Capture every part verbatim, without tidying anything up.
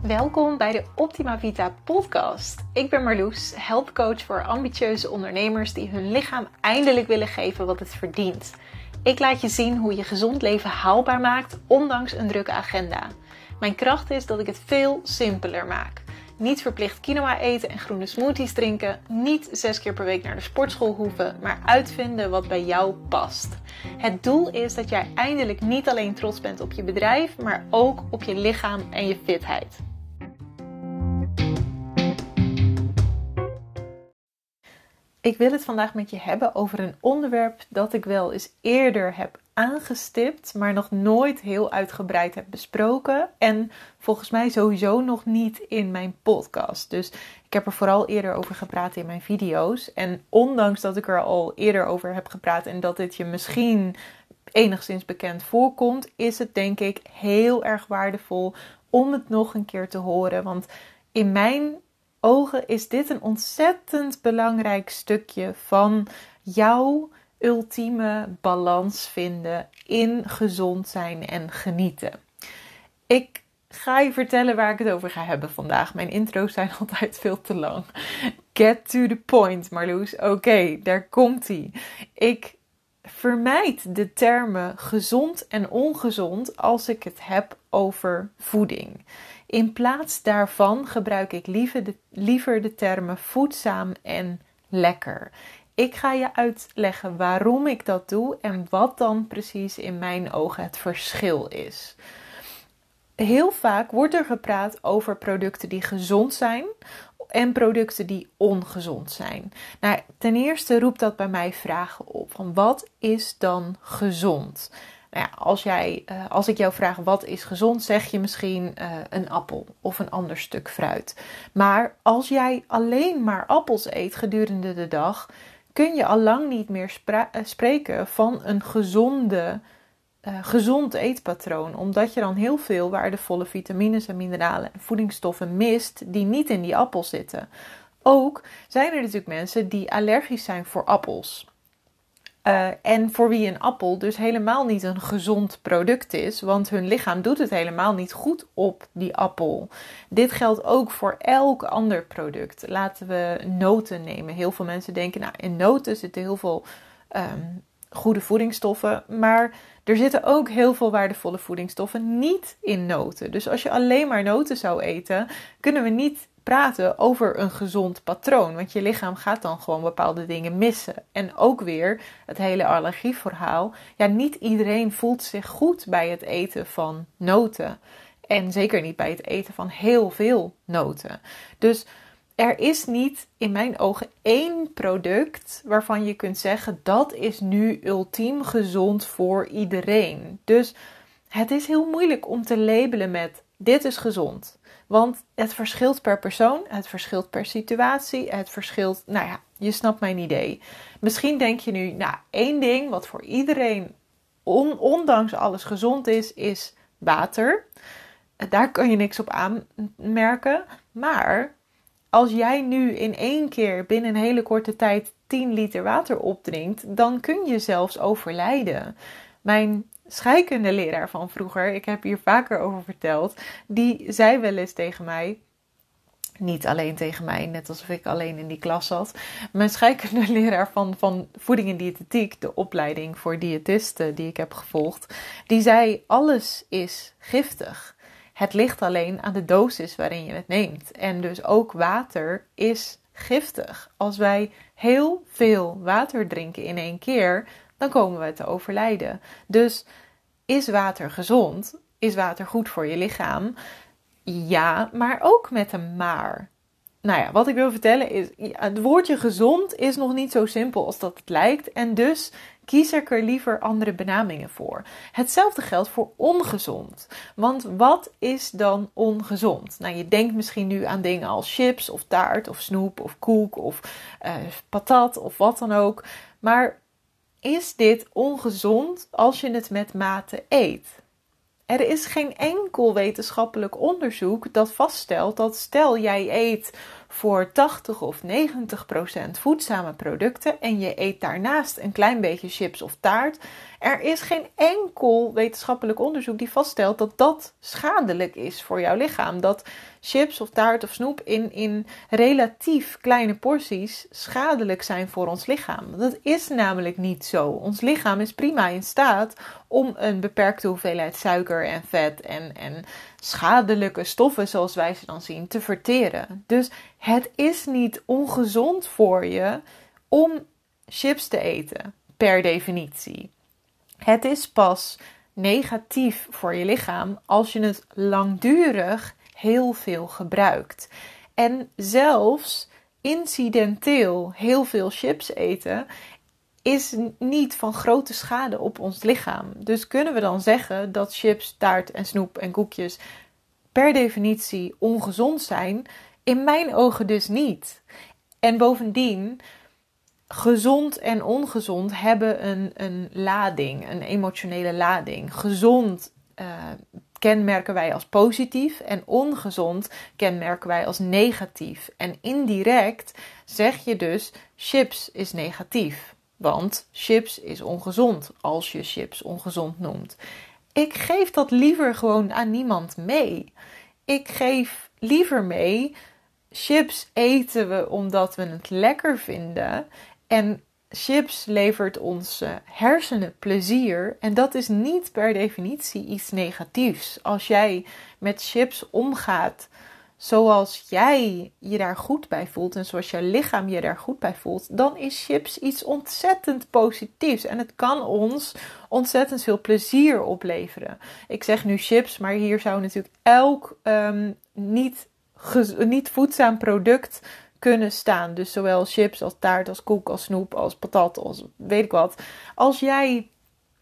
Welkom bij de Optima Vita podcast. Ik ben Marloes, helpcoach voor ambitieuze ondernemers die hun lichaam eindelijk willen geven wat het verdient. Ik laat je zien hoe je gezond leven haalbaar maakt, ondanks een drukke agenda. Mijn kracht is dat ik het veel simpeler maak. Niet verplicht quinoa eten en groene smoothies drinken, niet zes keer per week naar de sportschool hoeven, maar uitvinden wat bij jou past. Het doel is dat jij eindelijk niet alleen trots bent op je bedrijf, maar ook op je lichaam en je fitheid. Ik wil het vandaag met je hebben over een onderwerp dat ik wel eens eerder heb aangestipt, maar nog nooit heel uitgebreid heb besproken. En volgens mij sowieso nog niet in mijn podcast. Dus ik heb er vooral eerder over gepraat in mijn video's. En ondanks dat ik er al eerder over heb gepraat en dat dit je misschien enigszins bekend voorkomt, is het denk ik heel erg waardevol om het nog een keer te horen. Want in mijn ogen is dit een ontzettend belangrijk stukje van jouw ultieme balans vinden in gezond zijn en genieten. Ik ga je vertellen waar ik het over ga hebben vandaag. Mijn intro's zijn altijd veel te lang. Get to the point, Marloes. Oké, okay, daar komt-ie. Ik vermijd de termen gezond en ongezond als ik het heb over voeding. In plaats daarvan gebruik ik liever de, liever de termen voedzaam en lekker. Ik ga je uitleggen waarom ik dat doe en wat dan precies in mijn ogen het verschil is. Heel vaak wordt er gepraat over producten die gezond zijn en producten die ongezond zijn. Nou, ten eerste roept dat bij mij vragen op. Van wat is dan gezond? Nou ja, als, jij, uh, als ik jou vraag wat is gezond, zeg je misschien uh, een appel of een ander stuk fruit. Maar als jij alleen maar appels eet gedurende de dag, kun je al lang niet meer spra- uh, spreken van een gezonde, uh, gezond eetpatroon. Omdat je dan heel veel waardevolle vitamines en mineralen en voedingsstoffen mist die niet in die appel zitten. Ook zijn er natuurlijk mensen die allergisch zijn voor appels. Uh, en voor wie een appel dus helemaal niet een gezond product is, want hun lichaam doet het helemaal niet goed op die appel. Dit geldt ook voor elk ander product. Laten we noten nemen. Heel veel mensen denken, nou, in noten zitten heel veel um, goede voedingsstoffen, maar er zitten ook heel veel waardevolle voedingsstoffen niet in noten. Dus als je alleen maar noten zou eten, kunnen we niet praten over een gezond patroon. Want je lichaam gaat dan gewoon bepaalde dingen missen. En ook weer het hele allergieverhaal. Ja, niet iedereen voelt zich goed bij het eten van noten. En zeker niet bij het eten van heel veel noten. Dus er is niet in mijn ogen één product waarvan je kunt zeggen dat is nu ultiem gezond voor iedereen. Dus het is heel moeilijk om te labelen met dit is gezond. Want het verschilt per persoon, het verschilt per situatie, het verschilt, nou ja, je snapt mijn idee. Misschien denk je nu, nou, één ding wat voor iedereen on, ondanks alles gezond is, is water. Daar kan je niks op aanmerken. Maar als jij nu in één keer binnen een hele korte tijd tien liter water opdrinkt, dan kun je zelfs overlijden. Mijn scheikundeleraar van vroeger, ik heb hier vaker over verteld, die zei wel eens tegen mij, niet alleen tegen mij, net alsof ik alleen in die klas zat, mijn scheikundeleraar van, van voeding en diëtetiek, de opleiding voor diëtisten die ik heb gevolgd, die zei, alles is giftig. Het ligt alleen aan de dosis waarin je het neemt. En dus ook water is giftig. Als wij heel veel water drinken in één keer, dan komen we te overlijden. Dus is water gezond? Is water goed voor je lichaam? Ja, maar ook met een maar. Nou ja, wat ik wil vertellen is, het woordje gezond is nog niet zo simpel als dat het lijkt. En dus kies ik er liever andere benamingen voor. Hetzelfde geldt voor ongezond. Want wat is dan ongezond? Nou, je denkt misschien nu aan dingen als chips of taart of snoep of koek of uh, patat of wat dan ook. Maar is dit ongezond als je het met mate eet? Er is geen enkel wetenschappelijk onderzoek dat vaststelt dat stel jij eet voor tachtig of negentig procent voedzame producten en je eet daarnaast een klein beetje chips of taart, er is geen enkel wetenschappelijk onderzoek die vaststelt dat dat schadelijk is voor jouw lichaam. Dat chips of taart of snoep in, in relatief kleine porties schadelijk zijn voor ons lichaam. Dat is namelijk niet zo. Ons lichaam is prima in staat om een beperkte hoeveelheid suiker en vet en, en schadelijke stoffen, zoals wij ze dan zien, te verteren. Dus het is niet ongezond voor je om chips te eten, per definitie. Het is pas negatief voor je lichaam als je het langdurig heel veel gebruikt. En zelfs incidenteel heel veel chips eten is niet van grote schade op ons lichaam. Dus kunnen we dan zeggen dat chips, taart en snoep en koekjes per definitie ongezond zijn? In mijn ogen dus niet. En bovendien, gezond en ongezond hebben een, een lading, een emotionele lading. Gezond uh, kenmerken wij als positief en ongezond kenmerken wij als negatief. En indirect zeg je dus chips is negatief, want chips is ongezond als je chips ongezond noemt. Ik geef dat liever gewoon aan niemand mee. Ik geef liever mee, chips eten we omdat we het lekker vinden. En chips levert onze hersenen plezier. En dat is niet per definitie iets negatiefs. Als jij met chips omgaat zoals jij je daar goed bij voelt en zoals jouw lichaam je daar goed bij voelt, dan is chips iets ontzettend positiefs. En het kan ons ontzettend veel plezier opleveren. Ik zeg nu chips, maar hier zou natuurlijk elk um, niet, gez- niet voedzaam product kunnen staan. Dus zowel chips als taart, als koek, als snoep, als patat, als weet ik wat. Als jij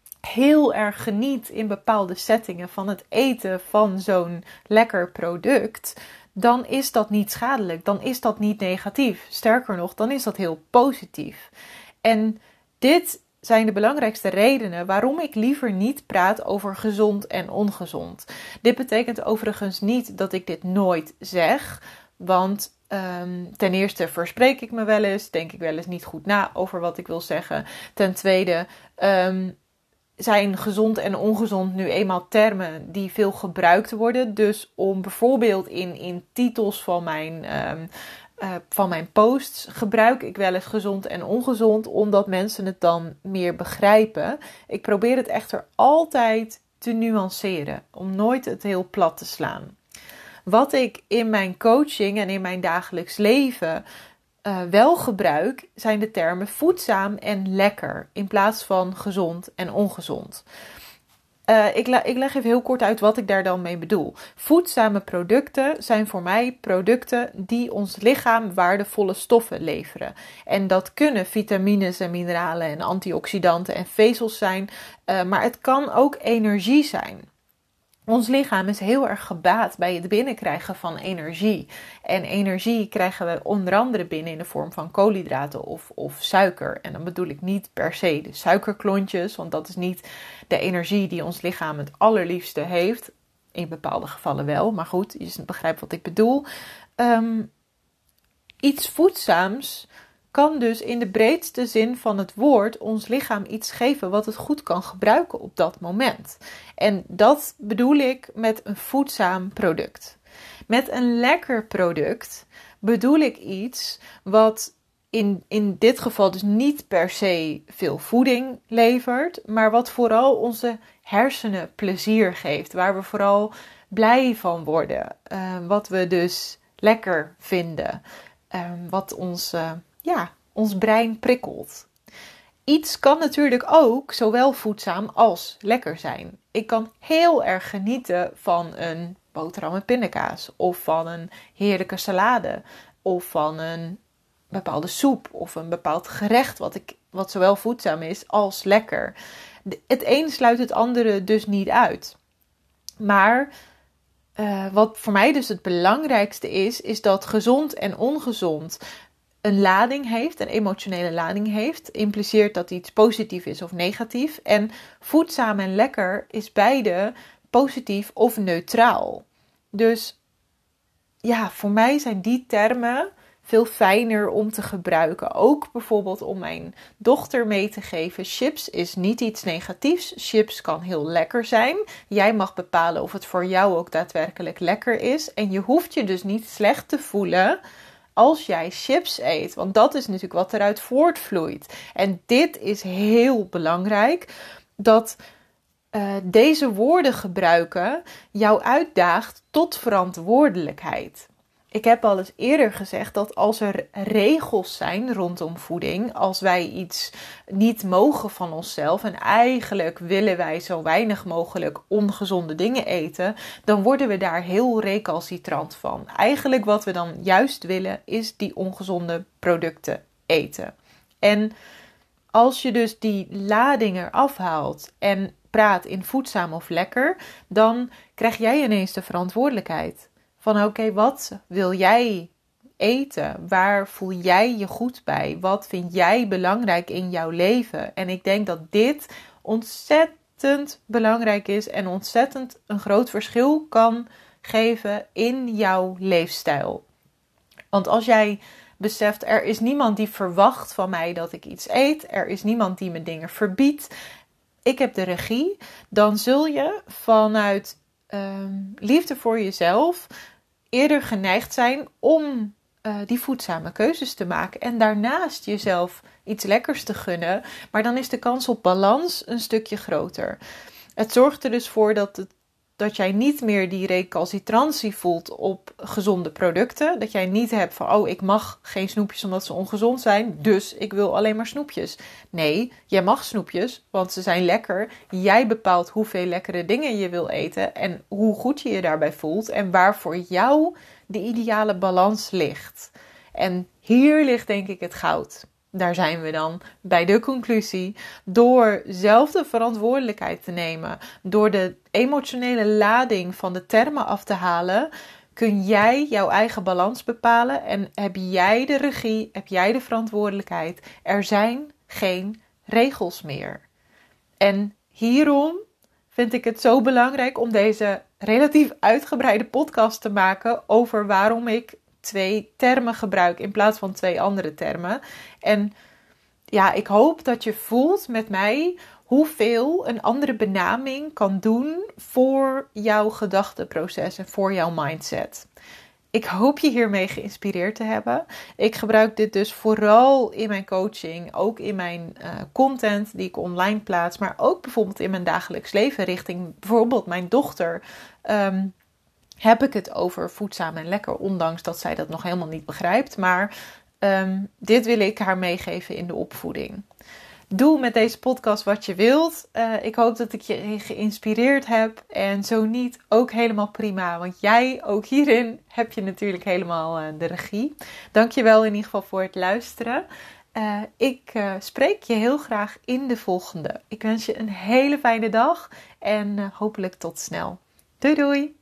heel erg geniet in bepaalde settingen van het eten van zo'n lekker product, dan is dat niet schadelijk. Dan is dat niet negatief. Sterker nog, dan is dat heel positief. En dit zijn de belangrijkste redenen waarom ik liever niet praat over gezond en ongezond. Dit betekent overigens niet dat ik dit nooit zeg, want Um, ten eerste verspreek ik me wel eens, denk ik wel eens niet goed na over wat ik wil zeggen. Ten tweede um, zijn gezond en ongezond nu eenmaal termen die veel gebruikt worden. Dus om bijvoorbeeld in, in titels van mijn, um, uh, van mijn posts gebruik ik wel eens gezond en ongezond, omdat mensen het dan meer begrijpen. Ik probeer het echter altijd te nuanceren, om nooit het heel plat te slaan. Wat ik in mijn coaching en in mijn dagelijks leven uh, wel gebruik, zijn de termen voedzaam en lekker in plaats van gezond en ongezond. Uh, ik, la- ik leg even heel kort uit wat ik daar dan mee bedoel. Voedzame producten zijn voor mij producten die ons lichaam waardevolle stoffen leveren. En dat kunnen vitamines en mineralen en antioxidanten en vezels zijn, uh, maar het kan ook energie zijn. Ons lichaam is heel erg gebaat bij het binnenkrijgen van energie. En energie krijgen we onder andere binnen in de vorm van koolhydraten of, of suiker. En dan bedoel ik niet per se de suikerklontjes, want dat is niet de energie die ons lichaam het allerliefste heeft. In bepaalde gevallen wel, maar goed, je begrijpt wat ik bedoel. Um, iets voedzaams kan dus in de breedste zin van het woord ons lichaam iets geven wat het goed kan gebruiken op dat moment. En dat bedoel ik met een voedzaam product. Met een lekker product bedoel ik iets wat in, in dit geval dus niet per se veel voeding levert, maar wat vooral onze hersenen plezier geeft. Waar we vooral blij van worden. Uh, wat we dus lekker vinden. Uh, wat ons... Uh, Ja, ons brein prikkelt. Iets kan natuurlijk ook zowel voedzaam als lekker zijn. Ik kan heel erg genieten van een boterham met pindakaas. Of van een heerlijke salade. Of van een bepaalde soep. Of een bepaald gerecht wat, ik, wat zowel voedzaam is als lekker. Het een sluit het andere dus niet uit. Maar uh, wat voor mij dus het belangrijkste is, is dat gezond en ongezond een lading heeft, een emotionele lading heeft, impliceert dat iets positief is of negatief. En voedzaam en lekker is beide positief of neutraal. Dus ja, voor mij zijn die termen veel fijner om te gebruiken. Ook bijvoorbeeld om mijn dochter mee te geven. Chips is niet iets negatiefs. Chips kan heel lekker zijn. Jij mag bepalen of het voor jou ook daadwerkelijk lekker is. En je hoeft je dus niet slecht te voelen als jij chips eet. Want dat is natuurlijk wat eruit voortvloeit. En dit is heel belangrijk. Dat uh, deze woorden gebruiken jou uitdaagt tot verantwoordelijkheid. Ik heb al eens eerder gezegd dat als er regels zijn rondom voeding, als wij iets niet mogen van onszelf en eigenlijk willen wij zo weinig mogelijk ongezonde dingen eten, dan worden we daar heel recalcitrant van. Eigenlijk wat we dan juist willen is die ongezonde producten eten. En als je dus die lading eraf haalt en praat in voedzaam of lekker, dan krijg jij ineens de verantwoordelijkheid. Van oké, okay, wat wil jij eten? Waar voel jij je goed bij? Wat vind jij belangrijk in jouw leven? En ik denk dat dit ontzettend belangrijk is en ontzettend een groot verschil kan geven in jouw leefstijl. Want als jij beseft, er is niemand die verwacht van mij dat ik iets eet. Er is niemand die me dingen verbiedt. Ik heb de regie. Dan zul je vanuit um, liefde voor jezelf eerder geneigd zijn om uh, die voedzame keuzes te maken. En daarnaast jezelf iets lekkers te gunnen. Maar dan is de kans op balans een stukje groter. Het zorgt er dus voor dat, het, dat jij niet meer die recalcitrantie voelt op gezonde producten. Dat jij niet hebt van, oh, ik mag geen snoepjes omdat ze ongezond zijn. Dus ik wil alleen maar snoepjes. Nee, jij mag snoepjes, want ze zijn lekker. Jij bepaalt hoeveel lekkere dingen je wil eten. En hoe goed je je daarbij voelt. En waar voor jou de ideale balans ligt. En hier ligt denk ik het goud. Daar zijn we dan bij de conclusie. Door zelf de verantwoordelijkheid te nemen, door de emotionele lading van de termen af te halen, kun jij jouw eigen balans bepalen en heb jij de regie, heb jij de verantwoordelijkheid. Er zijn geen regels meer. En hierom vind ik het zo belangrijk om deze relatief uitgebreide podcast te maken over waarom ik twee termen gebruik in plaats van twee andere termen. En ja, ik hoop dat je voelt met mij hoeveel een andere benaming kan doen voor jouw gedachteproces en voor jouw mindset. Ik hoop je hiermee geïnspireerd te hebben. Ik gebruik dit dus vooral in mijn coaching, ook in mijn uh, content die ik online plaats, maar ook bijvoorbeeld in mijn dagelijks leven richting bijvoorbeeld mijn dochter. Um, heb ik het over voedzaam en lekker, ondanks dat zij dat nog helemaal niet begrijpt. Maar um, dit wil ik haar meegeven in de opvoeding. Doe met deze podcast wat je wilt. Uh, ik hoop dat ik je geïnspireerd heb. En zo niet, ook helemaal prima. Want jij, ook hierin, heb je natuurlijk helemaal uh, de regie. Dankjewel in ieder geval voor het luisteren. Uh, ik uh, spreek je heel graag in de volgende. Ik wens je een hele fijne dag. En uh, hopelijk tot snel. Doei doei!